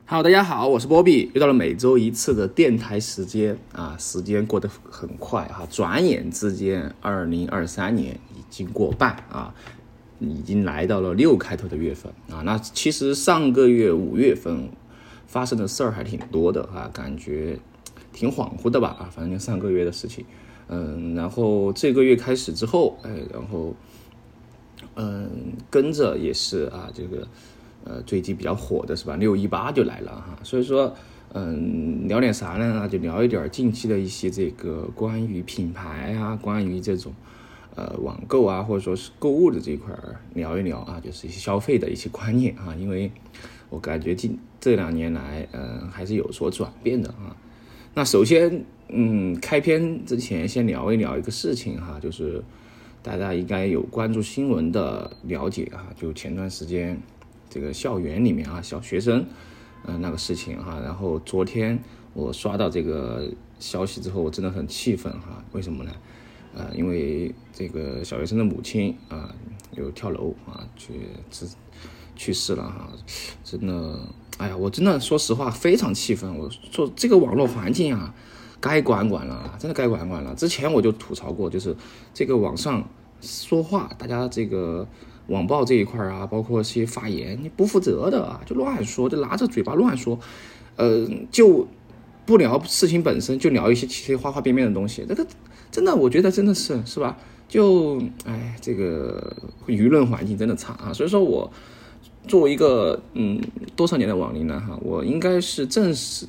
Hello， 大家好，我是波比，又到了每周一次的电台时间啊，时间过得很快哈，转眼之间2023年已经过半啊，已经来到了6开头的月份啊。那其实上个月5月份发生的事儿还挺多的啊，感觉挺恍惚的吧啊，反正上个月的事情，然后这个月开始之后，然后跟着也是啊这个。最近比较火的是吧，618就来了哈，所以说，聊点啥呢？就聊一点近期的一些这个关于品牌啊，关于这种网购啊，或者说是购物的这一块聊一聊啊，就是一些消费的一些观念啊，因为我感觉这2年来，还是有所转变的啊。那首先，开篇之前先聊一聊一个事情哈，就是大家应该有关注新闻的了解啊，就前段时间。这个校园里面啊，小学生，那个事情哈，然后昨天我刷到这个消息之后，我真的很气愤哈。为什么呢？因为这个小学生的母亲啊，有跳楼啊，去世了哈，真的，哎呀，我真的说实话非常气愤。我说这个网络环境啊，该管管了，真的该管管了。之前我就吐槽过，就是这个网上说话，大家这个。网暴这一块啊，包括一些发言，你不负责的啊，就乱说，就拿着嘴巴乱说，就不聊事情本身，就聊一些花花边边的东西。这个真的，我觉得真的是吧？就这个舆论环境真的差啊。所以说我作为一个多少年的网民呢哈，我应该是正式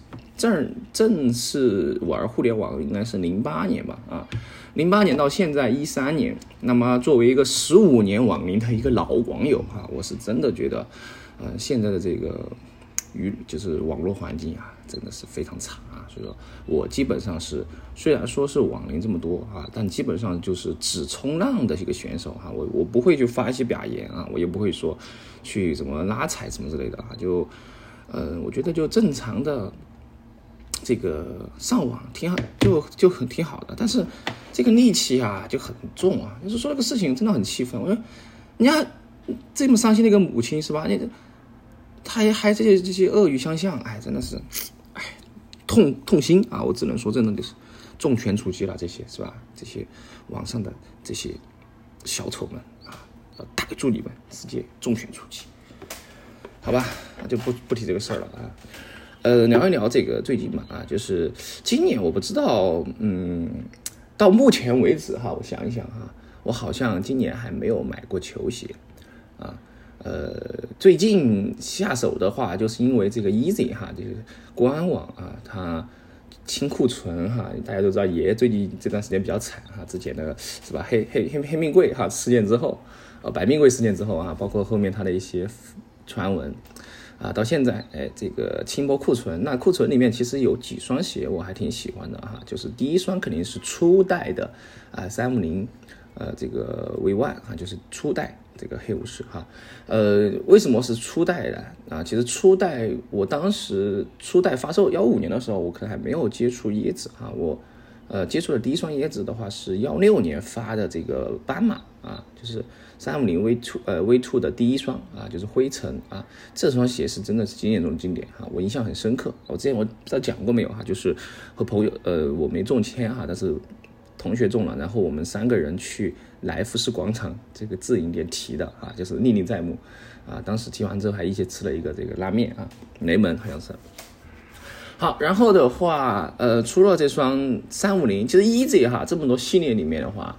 玩互联网应该是08年吧啊。08年到现在13年，那么作为一个15年网民的一个老网友哈，我是真的觉得，现在的这个就是网络环境啊，真的是非常差啊。所以说我基本上是虽然说是网龄这么多啊，但基本上就是只冲浪的一个选手哈。我不会去发一些表言啊，我也不会说去怎么拉踩什么之类的啊。就我觉得就正常的。这个上网挺好，就很挺好的，但是这个戾气啊就很重啊，就是说这个事情真的很气愤。我说，人家这么伤心的一个母亲是吧？他还这些恶语相向，真的是，痛心啊！我只能说，真的就是重拳出击了，这些是吧？这些网上的这些小丑们啊，打住你们，直接重拳出击，好吧？就不提这个事儿了啊。聊一聊这个最近嘛啊，就是今年我不知道，到目前为止哈，我想一想哈，我好像今年还没有买过球鞋啊。最近下手的话，就是因为这个 Easy 哈，就是官网啊，它清库存哈，大家都知道爷最近这段时间比较惨哈，之前的是吧黑命贵哈事件之后，白命贵事件之后啊，包括后面它的一些传闻。到现在，这个清波库存，那库存里面其实有几双鞋我还挺喜欢的哈，就是第一双肯定是初代的350，这个 V1 啊，就是初代这个黑武士哈，为什么是初代的啊？其实初代我当时初代发售15年的时候，我可能还没有接触椰子哈，我接触的第一双椰子的话是16年发的这个斑马啊，就是350 V2 的第一双啊，就是灰尘啊，这双鞋是真的是经典中的经典哈，我印象很深刻。我之前我不知道讲过没有哈，就是和朋友我没中签哈，但是同学中了，然后我们3个人去来福士广场这个自营店提的啊，就是历历在目啊。当时提完之后还一起吃了一个这个拉面啊，雷门好像是。好，然后的话，除了这双350，其实 Easy 哈这么多系列里面的话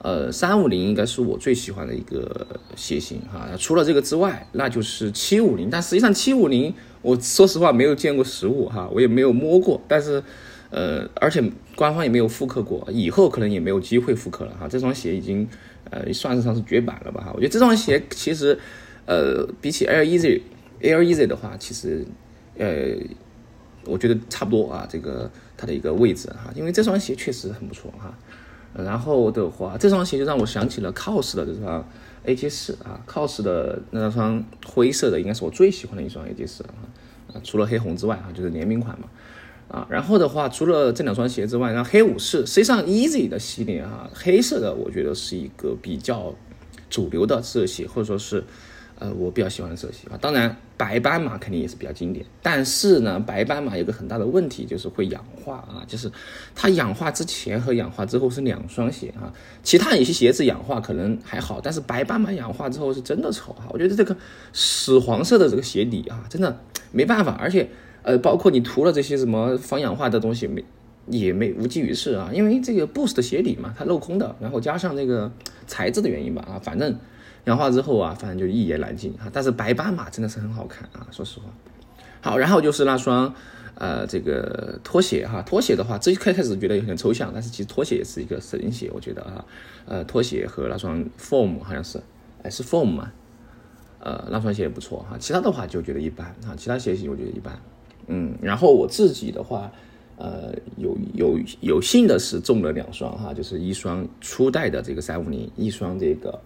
，350应该是我最喜欢的一个鞋型哈。除了这个之外，那就是750，但实际上750我说实话没有见过实物哈，我也没有摸过，但是而且官方也没有复刻过，以后可能也没有机会复刻了哈。这双鞋已经算得上是绝版了吧哈。我觉得这双鞋其实比起 Air Easy 的话，其实我觉得差不多啊，这个它的一个位置哈，因为这双鞋确实很不错哈。然后的话，这双鞋就让我想起了 COS 的这双 AJ4啊 ，COS 的那双灰色的应该是我最喜欢的一双 AJ4啊，除了黑红之外啊，就是联名款嘛啊。然后的话，除了这2双鞋之外，然后黑武士实际上 Easy 的系列啊，黑色的我觉得是一个比较主流的色系，或者说是我比较喜欢的色系啊。当然白斑马肯定也是比较经典，但是呢，白斑马有个很大的问题，就是会氧化啊，就是它氧化之前和氧化之后是两双鞋啊。其他有些鞋子氧化可能还好，但是白斑马氧化之后是真的丑啊。我觉得这个屎黄色的这个鞋底啊，真的没办法，而且包括你涂了这些什么防氧化的东西也无济于事啊，因为这个 Boost 的鞋底嘛，它镂空的，然后加上这个材质的原因吧啊，反正氧化之后啊，反正就一言难尽啊。但是白斑马真的是很好看啊，说实话。好，然后就是那双这个拖鞋哈，拖鞋的话，这开始觉得有点抽象，但是其实拖鞋也是一个神鞋，我觉得啊，拖鞋和那双 Foam 好像是Foam 嘛，那双鞋也不错哈。其他的话就觉得一般啊，其他鞋型我觉得一般。然后我自己的话，有幸的是中了2双哈，就是一双初代的这个350，一双这个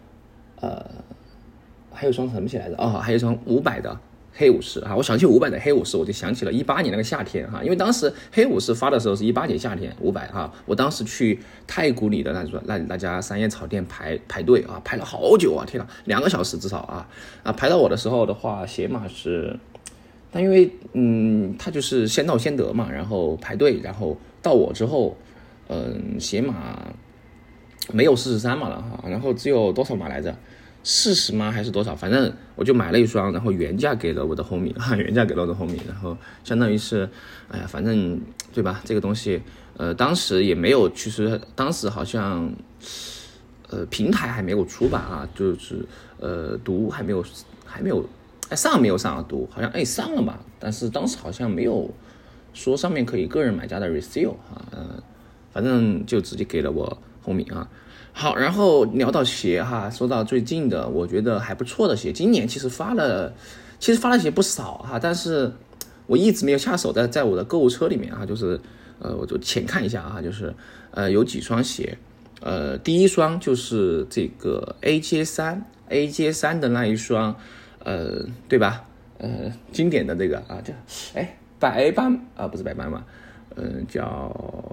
还有双什么鞋来着？还有一双500的黑武士啊！我想起500的黑武士，我就想起了18年那个夏天哈，因为当时黑武士发的时候是18年夏天500哈，我当时去太古里的那家三叶草店排队啊，排了好久啊，天哪，2个小时至少啊，排到我的时候的话，鞋码是，但因为他就是先到先得嘛，然后排队，然后到我之后，鞋码没有43码了哈，然后只有多少码来着？40吗？还是多少？反正我就买了一双，然后原价给了我的 homie 原价给了我的 homie， 然后相当于是，哎呀，反正对吧？这个东西，当时也没有，其实当时好像，平台还没有出吧啊，就是读还没有，上没有上啊读，好像上了嘛，但是当时好像没有说上面可以个人买家的 resale 啊，反正就直接给了我 homie 啊。好，然后聊到鞋哈，说到最近的我觉得还不错的鞋，今年其实发了鞋不少哈，但是我一直没有下手在我的购物车里面哈，就是我就浅看一下哈，就是有几双鞋，第一双就是这个 AJ3 的那一双，对吧？经典的这个啊，叫白斑啊，不是白斑嘛，叫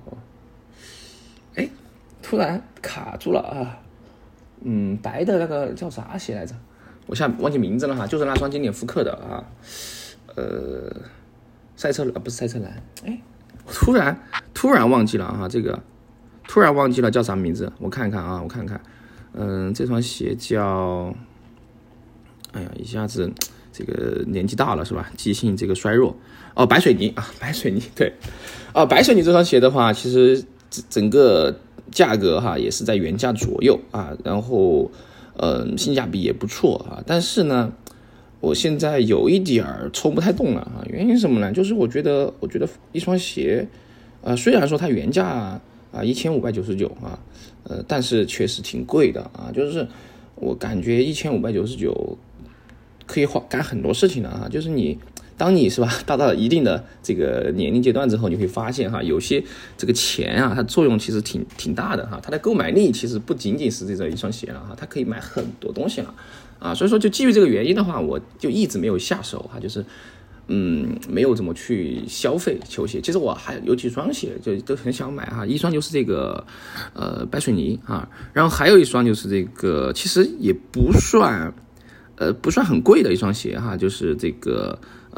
突然卡住了啊，白的那个叫啥鞋来着？我现在忘记名字了哈，就是那双经典复刻的啊，赛车不是赛车蓝，突然忘记了啊，这个突然忘记了叫啥名字？我看看，这双鞋叫，哎呀，一下子这个年纪大了是吧？记性这个衰弱哦，白水泥对，白水泥这双鞋的话，其实整个价格哈也是在原价左右啊，然后性价比也不错啊，但是呢，我现在有一点抽不太动了啊，原因是什么呢？就是我觉得一双鞋，虽然说它原价啊1599啊，但是确实挺贵的啊，就是我感觉1599可以干很多事情的啊，就是当你是吧到了一定的这个年龄阶段之后，你会发现哈，有些这个钱啊，它作用其实挺大的哈，它的购买力其实不仅仅是这一双鞋了哈，它可以买很多东西了啊，所以说就基于这个原因的话，我就一直没有下手哈，就是没有怎么去消费球鞋。其实我还有几双鞋就都很想买哈，一双就是这个白水泥啊，然后还有一双就是这个其实也不算很贵的一双鞋哈，就是这个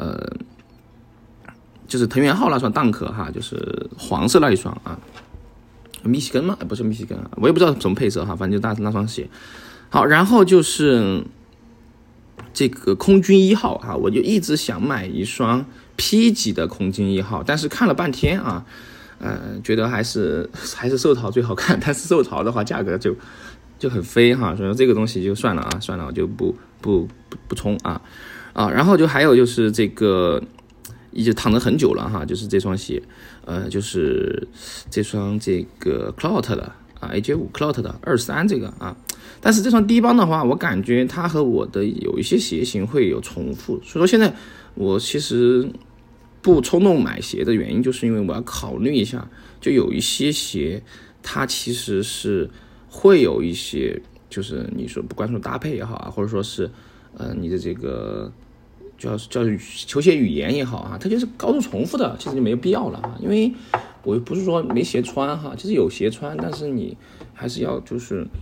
就是藤原浩那双 Dunk 哈，就是黄色那一双啊，密西根吗？不是密西根啊，我也不知道什么配色哈，反正就那双鞋。好，然后就是这个空军1号哈，我就一直想买一双 P 级的空军1号，但是看了半天啊，觉得还是受潮最好看，但是受潮的话价格就很飞哈，所以说这个东西就算了啊，我就不冲啊，然后就还有就是这个已经躺着很久了哈，就是这双鞋，就是这双这个 Clout 的啊 AJ5 Clout 的23这个啊，但是这双低帮的话，我感觉它和我的有一些鞋型会有重复，所以说现在我其实不冲动买鞋的原因，就是因为我要考虑一下，就有一些鞋它其实是会有一些，就是你说不管说搭配也好啊，或者说是你的这个叫球鞋语言也好啊，它就是高度重复的，其实就没有必要了啊。因为我不是说没鞋穿哈，其实有鞋穿，但是你还是要就是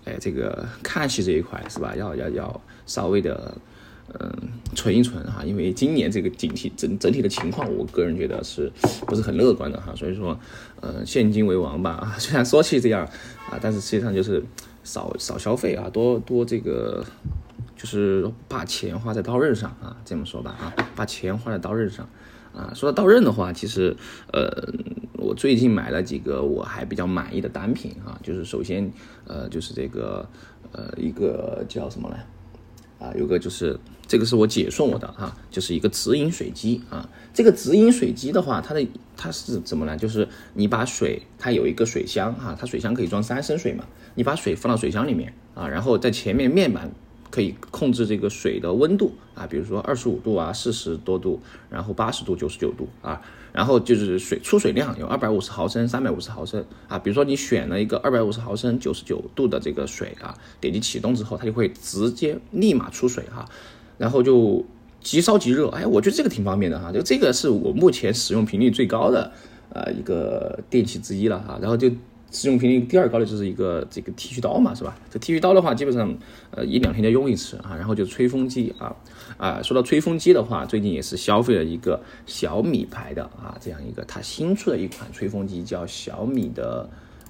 这个看戏这一块是吧，要稍微的存一存哈，因为今年这个整体的情况，我个人觉得是不是很乐观的哈，所以说现金为王吧，虽然说起这样啊，但是实际上就是少消费啊，多这个就是把钱花在刀刃上啊，这么说吧啊，把钱花在刀刃上啊。说到刀刃的话，其实我最近买了几个我还比较满意的单品啊，就是首先就是这个一个叫什么呢？有个就是这个是我姐送我的哈，就是一个直饮水机啊。这个直饮水机的话，它是怎么呢？就是你把水，它有一个水箱哈，它水箱可以装3升水嘛，你把水放到水箱里面啊，然后在前面面板可以控制这个水的温度啊，比如说25度啊、40多度，然后80度、99度啊，然后就是出水量有250毫升、350毫升啊。比如说你选了一个250毫升、99度的这个水啊，点击启动之后，它就会直接立马出水哈，然后就即烧即热。我觉得这个挺方便的哈，就这个是我目前使用频率最高的一个电器之一了哈，然后就。使用频率第二高的就是一个这个剃须刀嘛，是吧？这剃须刀的话，基本上1-2天就用一次啊。然后就吹风机说到吹风机的话，最近也是消费了一个小米牌的这样一个它新出的一款吹风机，叫小米的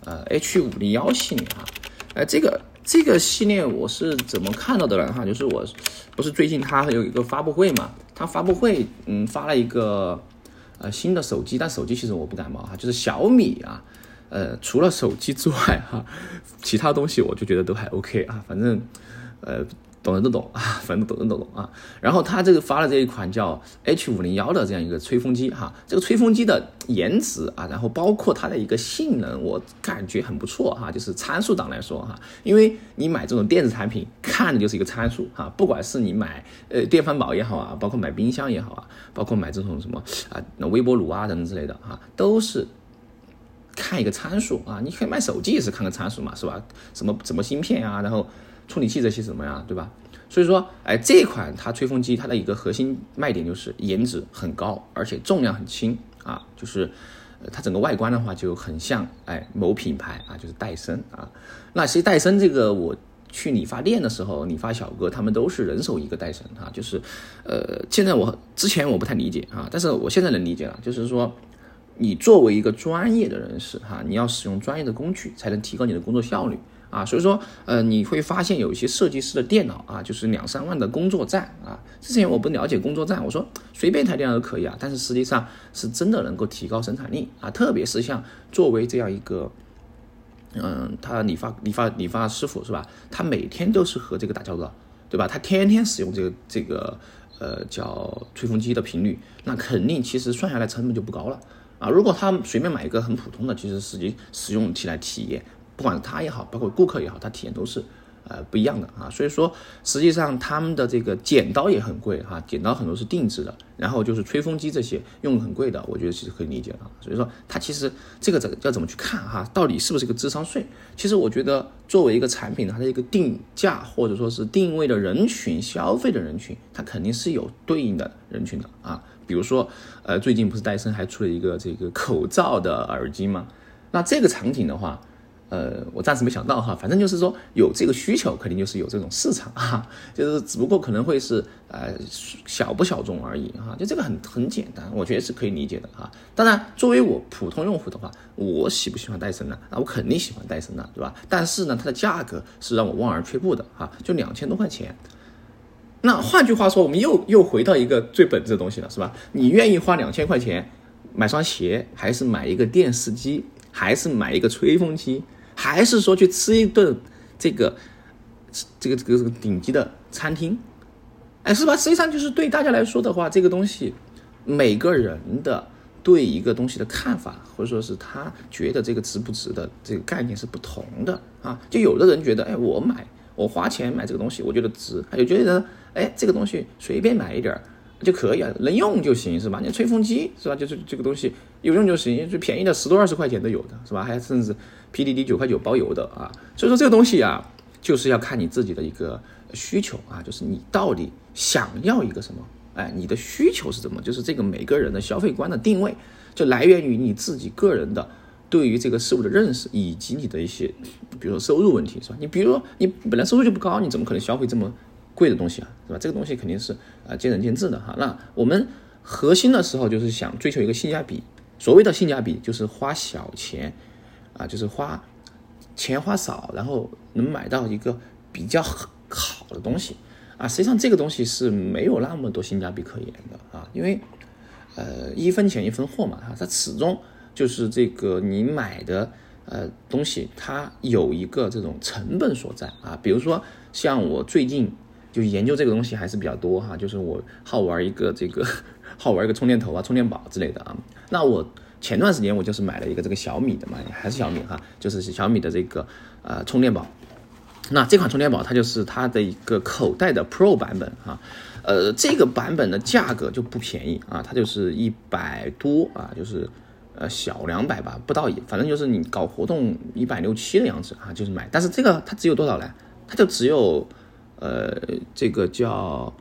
H501系列这个系列我是怎么看到的呢？哈，就是我不是最近它有一个发布会嘛，它发布会发了一个新的手机，但手机其实我不感冒哈，就是小米除了手机之外哈，其他东西我就觉得都还 OK 啊，反正懂人都懂啊，反正懂人都懂啊。然后他这个发了这一款叫 H501的这样一个吹风机哈，这个吹风机的颜值然后包括它的一个性能，我感觉很不错哈，就是参数档来说哈，因为你买这种电子产品看的就是一个参数哈，不管是你买电饭煲也好啊，包括买冰箱也好啊，包括买这种什么微波炉等等之类的都是。看一个参数你可以买手机也是看个参数嘛，是吧？什么芯片然后处理器这些什么呀，对吧？所以说，这款它吹风机它的一个核心卖点就是颜值很高，而且重量很轻就是它整个外观的话就很像某品牌就是戴森那其实戴森这个我去理发店的时候，理发小哥他们都是人手一个戴森就是现在之前我不太理解但是我现在能理解了，就是说。你作为一个专业的人士你要使用专业的工具才能提高你的工作效率所以说你会发现有一些设计师的电脑就是2-3万的工作站之前我不了解工作站，我说随便一台电脑都可以但是实际上是真的能够提高生产力特别是像作为这样一个他理发师傅是吧？他每天都是和这个打交道，对吧？他天天使用这个叫吹风机的频率，那肯定其实算下来成本就不高了如果他随便买一个很普通的，其实实际使用起来体验，不管是他也好，包括顾客也好，他体验都是不一样的所以说实际上他们的这个剪刀也很贵剪刀很多是定制的，然后就是吹风机这些用很贵的，我觉得其实可以理解所以说它其实这个要怎么去看到底是不是一个智商税？其实我觉得作为一个产品它的一个定价或者说是定位的人群，消费的人群，它肯定是有对应的人群的比如说最近不是戴森还出了一个这个口罩的耳机吗？那这个场景的话我暂时没想到反正就是说有这个需求，肯定就是有这种市场就是只不过可能会是小不小众而已就这个很简单，我觉得是可以理解的当然，作为我普通用户的话，我喜不喜欢戴森呢？我肯定喜欢戴森的，对吧？但是呢，它的价格是让我望而却步的就2000多块钱。那换句话说，我们又回到一个最本质的东西了，是吧？你愿意花2000块钱买双鞋，还是买一个电视机，还是买一个吹风机？还是说去吃一顿这个顶级的餐厅是吧？实际上就是对大家来说的话，这个东西每个人的对一个东西的看法，或者说是他觉得这个值不值的这个概念是不同的就有的人觉得我花钱买这个东西我觉得值，有觉得这个东西随便买一点就可以能用就行，是吧？你吹风机是吧？就是这个东西有用就行，最便宜的10多20块钱都有的，是吧？还甚至 PDD 9块9包邮的所以说这个东西就是要看你自己的一个需求就是你到底想要一个什么，你的需求是什么？就是这个每个人的消费观的定位，就来源于你自己个人的对于这个事物的认识，以及你的一些比如说收入问题，是吧？你比如说你本来收入就不高，你怎么可能消费这么贵的东西啊，是吧？这个东西肯定是见仁见智的哈。那我们核心的时候就是想追求一个性价比，所谓的性价比就是花小钱就是花少，然后能买到一个比较好的东西实际上这个东西是没有那么多性价比可言的因为一分钱一分货嘛它始终就是这个你买的东西它有一个这种成本所在比如说像我最近就研究这个东西还是比较多就是我好玩一个充电头充电宝之类的那我前段时间我就是买了一个这个小米的嘛，还是小米就是小米的这个充电宝。那这款充电宝它就是它的一个口袋的 Pro 版本这个版本的价格就不便宜它就是100多就是小200吧，不到反正就是你搞活动160、170的样子就是买。但是这个它只有多少呢？它就只有这个叫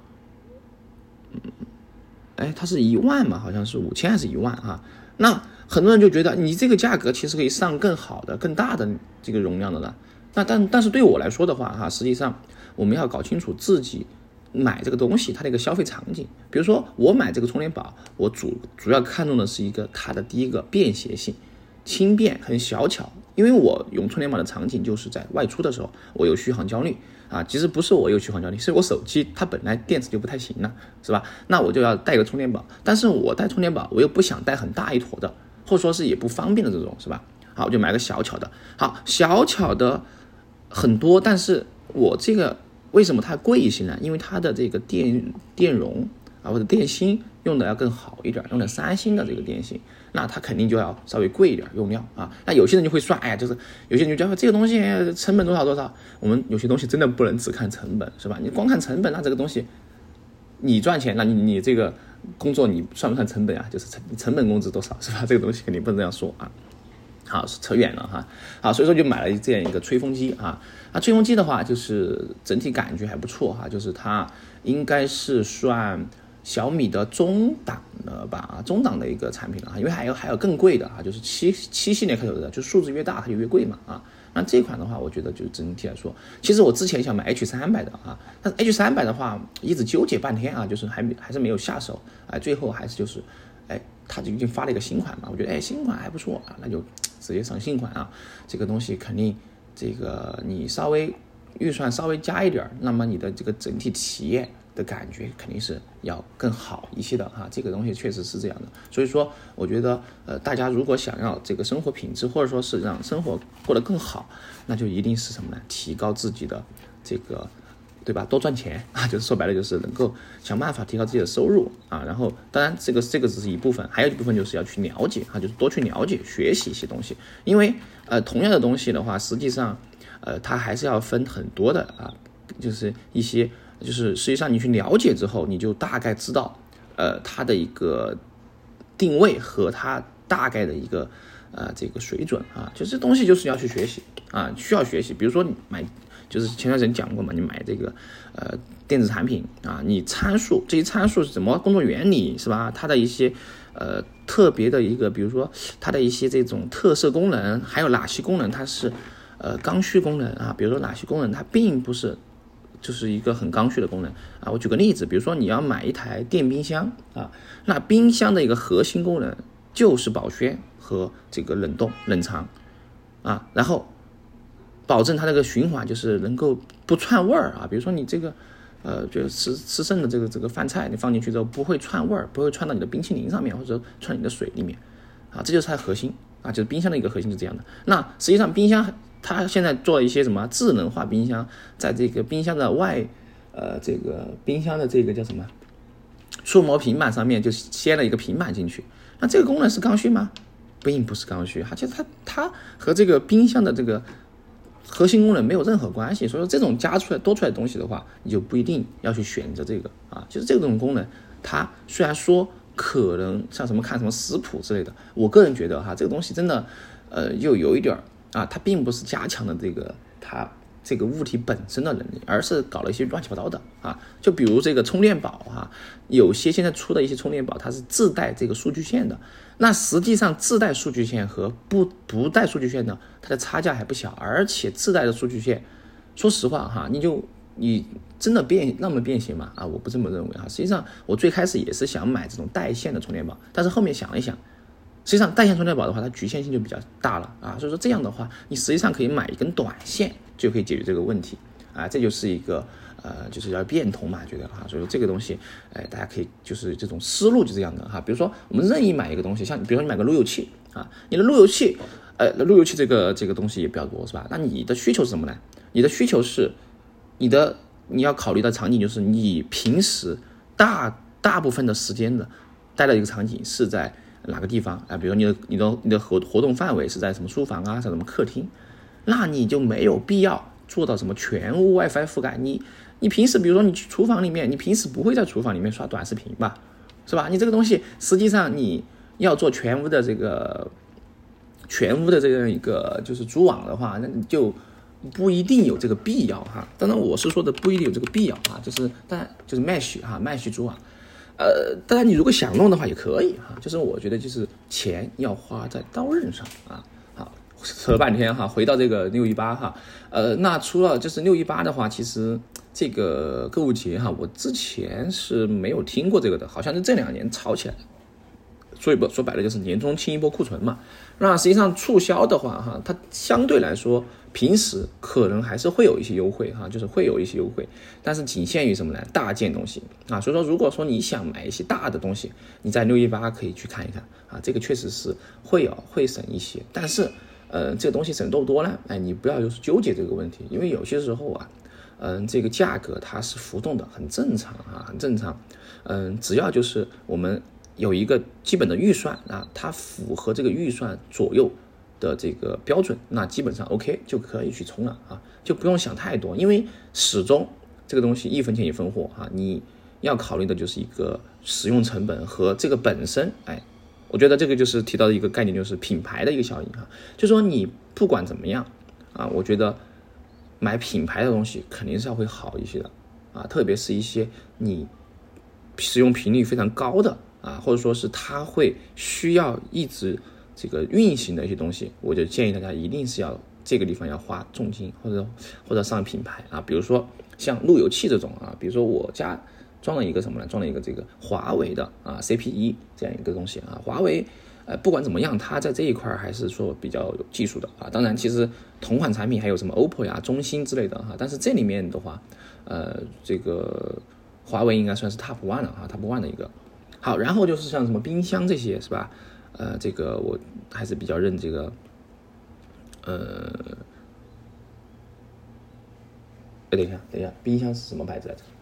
它是1万嘛，好像是5000还是1万那很多人就觉得你这个价格其实可以上更好的更大的这个容量的了。那但是对我来说的话实际上我们要搞清楚自己买这个东西它的一个消费场景。比如说我买这个充电宝，我主要看重的是一个它的第一个便携性，轻便很小巧。因为我用充电宝的场景就是在外出的时候我有续航焦虑其实不是我有续航焦虑，是我手机它本来电池就不太行了，是吧？那我就要带个充电宝，但是我带充电宝我又不想带很大一坨的，或者说是也不方便的这种，是吧？好，我就买个小巧的。好，小巧的很多，但是我这个为什么它贵一些呢？因为它的这个电容或者电芯用的要更好一点，用的三星的这个电芯，那它肯定就要稍微贵一点用料那有些人就会算，就是有些人就觉得这个东西成本多少，我们有些东西真的不能只看成本，是吧？你光看成本，那这个东西你赚钱，那你这个工作你算不算成本就是成本工资多少，是吧？这个东西肯定不能这样说好，扯远了好，所以说就买了这样一个吹风机吹风机的话就是整体感觉还不错就是它应该是算小米的中档的吧，中档的一个产品了因为还有更贵的就是7系列开头的，就数字越大它就越贵嘛那这款的话我觉得就整体来说，其实我之前想买 H300 的但是 H300 的话一直纠结半天就是还是没有下手最后还是就是他就已经发了一个新款嘛，我觉得新款还不错那就直接上新款这个东西肯定这个你稍微预算稍微加一点，那么你的这个整体体验的感觉肯定是要更好一些的这个东西确实是这样的。所以说我觉得大家如果想要这个生活品质或者说是让生活过得更好，那就一定是什么呢？提高自己的这个对吧？多赚钱就是说白了就是能够想办法提高自己的收入然后当然这个只是一部分，还有一部分就是要去了解就是多去了解学习一些东西。因为同样的东西的话实际上它还是要分很多的就是一些就是实际上你去了解之后，你就大概知道它的一个定位和它大概的一个这个水准就这东西就是要去学习需要学习。比如说你买，就是前段时间讲过嘛，你买这个电子产品你这些参数是怎么工作原理，是吧？它的一些特别的一个，比如说它的一些这种特色功能，还有哪些功能它是刚需功能比如说哪些功能它并不是就是一个很刚需的功能我举个例子，比如说你要买一台电冰箱那冰箱的一个核心功能就是保鲜和这个冷冻冷藏然后保证它这个循环就是能够不串味儿比如说你这个就是吃剩的这个饭菜你放进去之后不会串味儿，不会串到你的冰淇淋上面或者串你的水里面这就是它的核心就是冰箱的一个核心是这样的。那实际上冰箱它现在做了一些什么智能化冰箱，在这个冰箱的这个冰箱的这个叫什么触摸平板上面就贴了一个平板进去，那这个功能是刚需吗？并不是刚需其实它和这个冰箱的这个核心功能没有任何关系。所以说这种多出来的东西的话，你就不一定要去选择这个就是这种功能它虽然说可能像什么看什么食谱之类的，我个人觉得这个东西真的又有一点它并不是加强的这个它这个物体本身的能力，而是搞了一些乱七八糟的啊。就比如这个充电宝啊，有些现在出的一些充电宝，它是自带这个数据线的。那实际上自带数据线和不带数据线呢，它的差价还不小。而且自带的数据线，说实话哈，你真的那么便携吗？啊，我不这么认为哈。实际上我最开始也是想买这种带线的充电宝，但是后面想了一想，实际上带线充电宝的话，它局限性就比较大了啊。所以说这样的话，你实际上可以买一根短线就可以解决这个问题啊。这就是一个就是要变通嘛，觉得哈。所以说这个东西，大家可以就是这种思路就这样的哈。比如说我们任意买一个东西，像比如说你买个路由器啊，你的路由器，路由器这个东西也比较多是吧？那你的需求是什么呢？你的需求是你要考虑的场景就是你平时大部分的时间的待的一个场景是在哪个地方啊？比如你的活动范围是在什么书房啊，在什么客厅，那你就没有必要做到什么全屋 WiFi 覆盖。你平时比如说你去厨房里面，你平时不会在厨房里面刷短视频吧，是吧？你这个东西实际上你要做全屋的这样一个就是组网的话，那你就不一定有这个必要哈。当然我是说的不一定有这个必要啊，就是当然就是 mesh 组网。当然你如果想弄的话也可以哈，就是我觉得就是钱要花在刀刃上啊。好，扯了半天哈，回到这个618哈，那除了就是618的话，其实这个购物节哈，我之前是没有听过这个的，好像是这2年炒起来的。所以说白了就是年终清一波库存嘛。那实际上促销的话哈，它相对来说平时可能还是会有一些优惠哈，就是会有一些优惠，但是仅限于什么呢？大件东西啊。所以说如果说你想买一些大的东西，你在618可以去看一看啊，这个确实是会省一些。但是这个东西省多不多呢？你不要就是纠结这个问题，因为有些时候啊这个价格它是浮动的，很正常啊，很正常。只要就是我们有一个基本的预算啊，它符合这个预算左右的这个标准，那基本上 OK 就可以去冲了啊，就不用想太多。因为始终这个东西1分钱1分货啊，你要考虑的就是一个使用成本和这个本身。我觉得这个就是提到的一个概念，就是品牌的一个效应哈。就说你不管怎么样啊，我觉得买品牌的东西肯定是要会好一些的啊，特别是一些你使用频率非常高的啊，或者说是它会需要一直这个运行的一些东西，我就建议大家一定是要这个地方要花重金或者上品牌啊。比如说像路由器这种啊，比如说我家装了一个什么呢？装了一个这个华为的CP1这样一个东西啊。华为不管怎么样，它在这一块还是说比较有技术的啊。当然，其实同款产品还有什么 OPPO 呀、中兴之类的哈，但是这里面的话，这个华为应该算是 Top 1了啊 ，Top 1的一个。好，然后就是像什么冰箱这些是吧？这个我还是比较认这个，等一下，冰箱是什么牌子来着？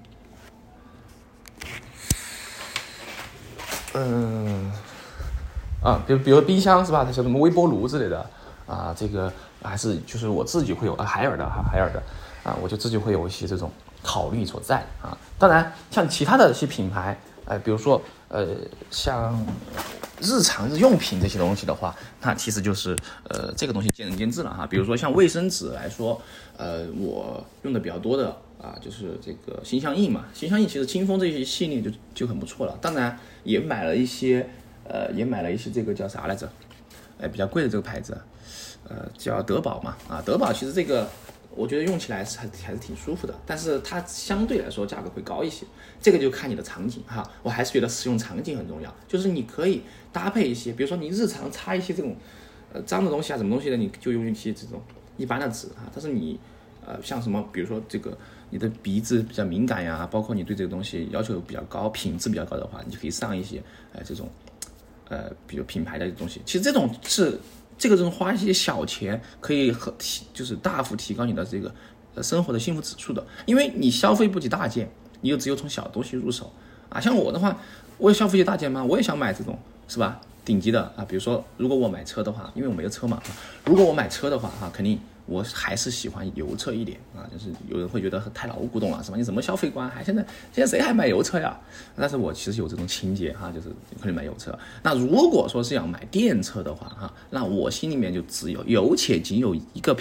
比如冰箱是吧？它像什么微波炉之类的啊，这个还是就是我自己会有海尔的啊，我就自己会有一些这种考虑所在啊。当然，像其他的一些品牌，比如说像日用品这些东西的话，那其实就是这个东西见仁见智了哈。比如说像卫生纸来说，我用的比较多的啊，就是这个心相印嘛。心相印其实清风这些系列就很不错了。当然也买了一些这个叫啥来着？比较贵的这个牌子，叫德宝嘛啊。德宝其实这个我觉得用起来还是挺舒服的，但是它相对来说价格会高一些。这个就看你的场景哈，我还是觉得使用场景很重要，就是你可以搭配一些，比如说你日常擦一些这种脏的东西啊，什么东西的，你就用一些这种一般的纸哈。但是你像什么，比如说这个你的鼻子比较敏感呀，包括你对这个东西要求比较高，品质比较高的话，你就可以上一些这种比如品牌的东西。其实这种花一些小钱可以就是大幅提高你的这个生活的幸福指数的，因为你消费不起大件，你就只有从小东西入手啊。像我的话，我也消费起大件嘛，我也想买这种是吧顶级的啊。比如说如果我买车的话，因为我没有车嘛，如果我买车的话肯定我还是喜欢油车一点啊。就是有人会觉得太老古董了，是吧？你什么消费观现在谁还买油车呀？但是我其实有这种情节哈，就是可以买油车。那如果说是要买电车的话那我心里面就只有且仅有一个品牌，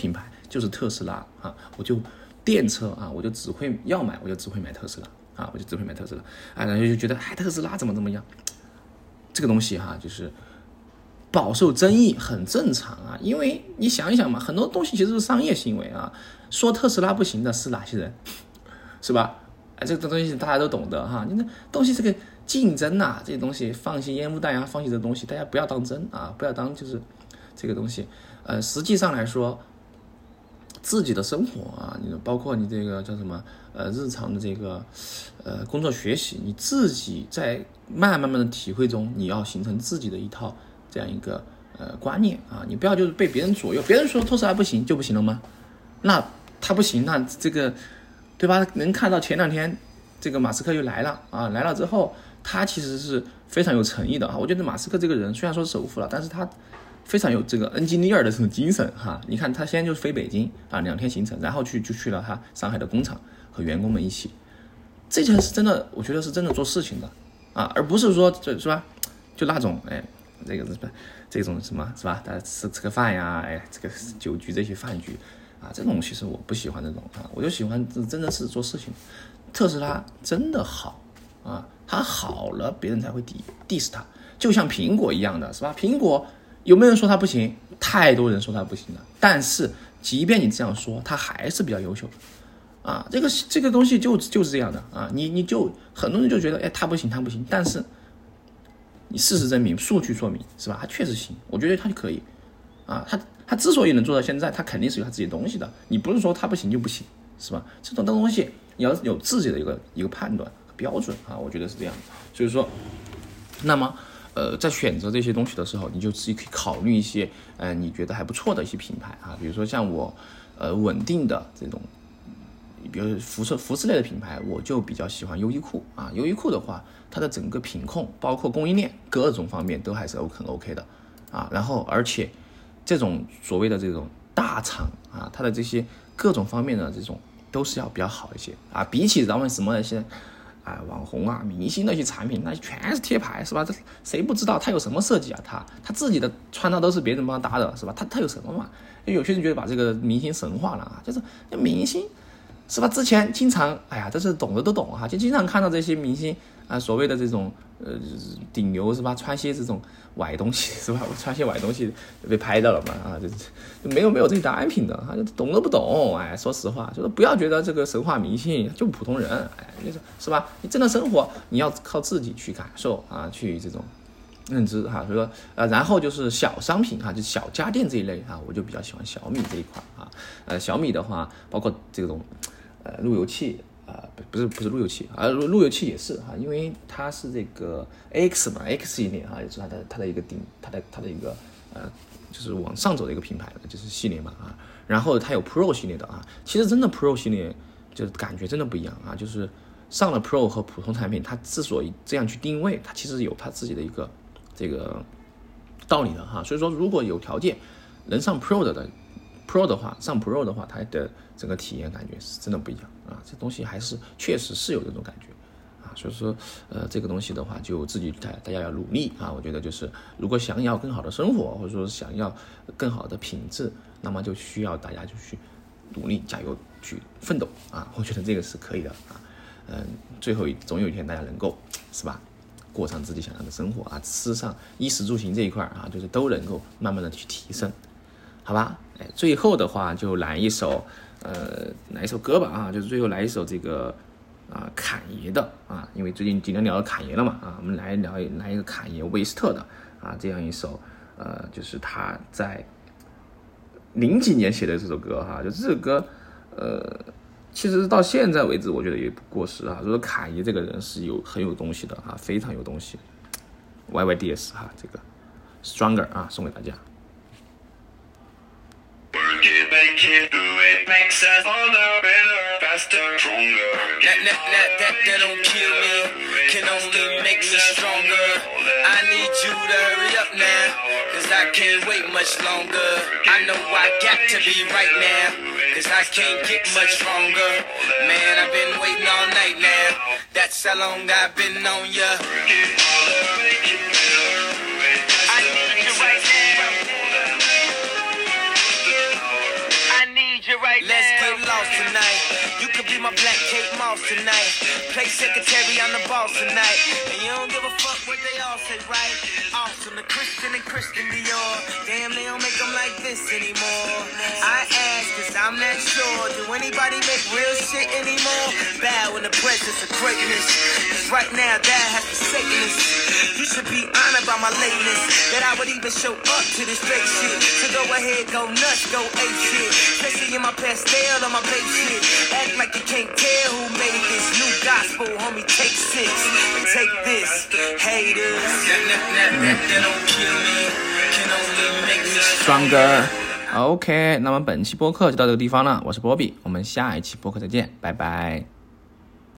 就是特斯拉啊，我就电车啊，我就只会买特斯拉啊，我就只会买特斯拉啊，然后就觉得特斯拉怎么样，这个东西哈，就是饱受争议，很正常啊，因为你想一想嘛，很多东西其实是商业行为啊，说特斯拉不行的是哪些人，是吧？这个东西大家都懂得哈，你那东西这个竞争啊，这些东西放些烟雾弹啊，放些这东西，大家不要当真啊，不要当就是这个东西，实际上来说，自己的生活啊，你包括你这个叫什么日常的这个工作学习，你自己在慢慢的体会中，你要形成自己的一套这样一个观念啊，你不要就是被别人左右，别人说特斯拉不行就不行了吗？那他不行，那这个对吧？能看到前2天这个马斯克又来了啊，来了之后，他其实是非常有诚意的啊。我觉得马斯克这个人虽然说是首富了，但是他非常有这个 engineer 的这种精神哈。你看他先就是飞北京啊，2天行程，然后就去了他上海的工厂和员工们一起，这才是真的，我觉得是真的做事情的啊，而不是说是吧？就那种这种什么是吧？大家吃个饭呀，这个酒局这些饭局。啊，这种其实我不喜欢这种啊，我就喜欢真的是做事情。特斯拉真的好啊，它好了，别人才会diss 它，就像苹果一样的是吧？苹果有没有人说它不行？太多人说它不行了，但是即便你这样说，它还是比较优秀啊。这个东西就是这样的啊，你就很多人就觉得它不行，但是你事实证明，数据说明是吧？它确实行，我觉得它就可以啊，他之所以能做到现在，他肯定是有他自己的东西的。你不是说他不行就不行，是吧？这种东西你要有自己的一个判断和标准啊，我觉得是这样。所以说，那么在选择这些东西的时候，你就自己可以考虑一些你觉得还不错的一些品牌啊，比如说像我稳定的这种，比如服饰类的品牌，我就比较喜欢优衣库啊。优衣库的话，它的整个品控包括供应链各种方面都还是很 OK 的啊。然后而且这种所谓的这种大厂啊，它的这些各种方面的这种都是要比较好一些啊，比起咱们什么那些网红啊、明星那些产品，那全是贴牌是吧？这谁不知道他有什么设计啊？他自己的穿搭都是别人帮他搭的是吧？他有什么嘛？有些人觉得把这个明星神化了啊，就是明星是吧？之前经常这是懂的都懂哈，就经常看到这些明星啊，所谓的这种顶流是吧？穿些这种歪东西是吧？穿些歪东西被拍到了嘛啊，就没有这些单品的啊，就懂都不懂说实话，就是不要觉得这个神话明星就普通人是吧？你真的生活你要靠自己去感受啊，去这种认知哈。所以说然后就是小商品哈，就小家电这一类啊，我就比较喜欢小米这一块啊。小米的话，包括这种路由器。不是路由器啊，路由器也是哈，因为它是这个 X 嘛 ，X 系列啊，也是它的一个它的一个就是往上走的一个品牌，就是系列嘛啊。然后它有 Pro 系列的啊，其实真的 Pro 系列就是感觉真的不一样啊，就是上了 Pro 和普通产品，它之所以这样去定位，它其实有它自己的一个这个道理的哈。所以说，如果有条件能上 Pro 的话，上 Pro 的话，它的整个体验感觉是真的不一样啊！这东西还是确实是有这种感觉啊，所以说这个东西的话，就自己大家要努力啊！我觉得就是如果想要更好的生活，或者说想要更好的品质，那么就需要大家就去努力加油去奋斗啊！我觉得这个是可以的啊，最后总有一天大家能够是吧，过上自己想要的生活啊，吃上衣食住行这一块啊，就是都能够慢慢的去提升。好吧，最后的话就来一首歌吧啊，就是最后来一首这个侃爷的啊，因为最近今天聊到侃爷了嘛啊，我们来一个侃爷威斯特的啊这样一首就是他在00几年写的这首歌哈，就这首歌其实到现在为止我觉得也不过时啊，就是侃爷这个人是很有东西的啊，非常有东西。YYDS 哈，这个 Stronger 啊送给大家。 Make it, do it, makes us harder, better, faster, stronger. That don't kill me, can only make me stronger. I need you to hurry up now, cause I can't wait much longer. I know I got to be right now, cause I can't get much stronger. Man, I've been waiting all night now, that's how long I've been on ya. I need you right now. black Kate Moss tonight. Play secretary, I'm the boss tonight. And you don't give a fuck what they all say, right? Awesome, the Christian and Christian Dior. Damn, they don't make them like this anymore. I ask, cause I'm not sure. Do anybody make real shit anymore? Bow in the presence of greatness. Cause right now, that has forsaken us. You should be honored by my lateness. That I would even show up to this fake shit. So go ahead, go nuts, go ape shit. Especially in my pastel on my babe shit. Act like you can't tell who made this new gospel, homie. Take 6 and take this, haters. That don't kill me, can only make me stronger. OK， 那么本期播客就到这个地方了，我是波比，我们下一期播客再见，拜拜。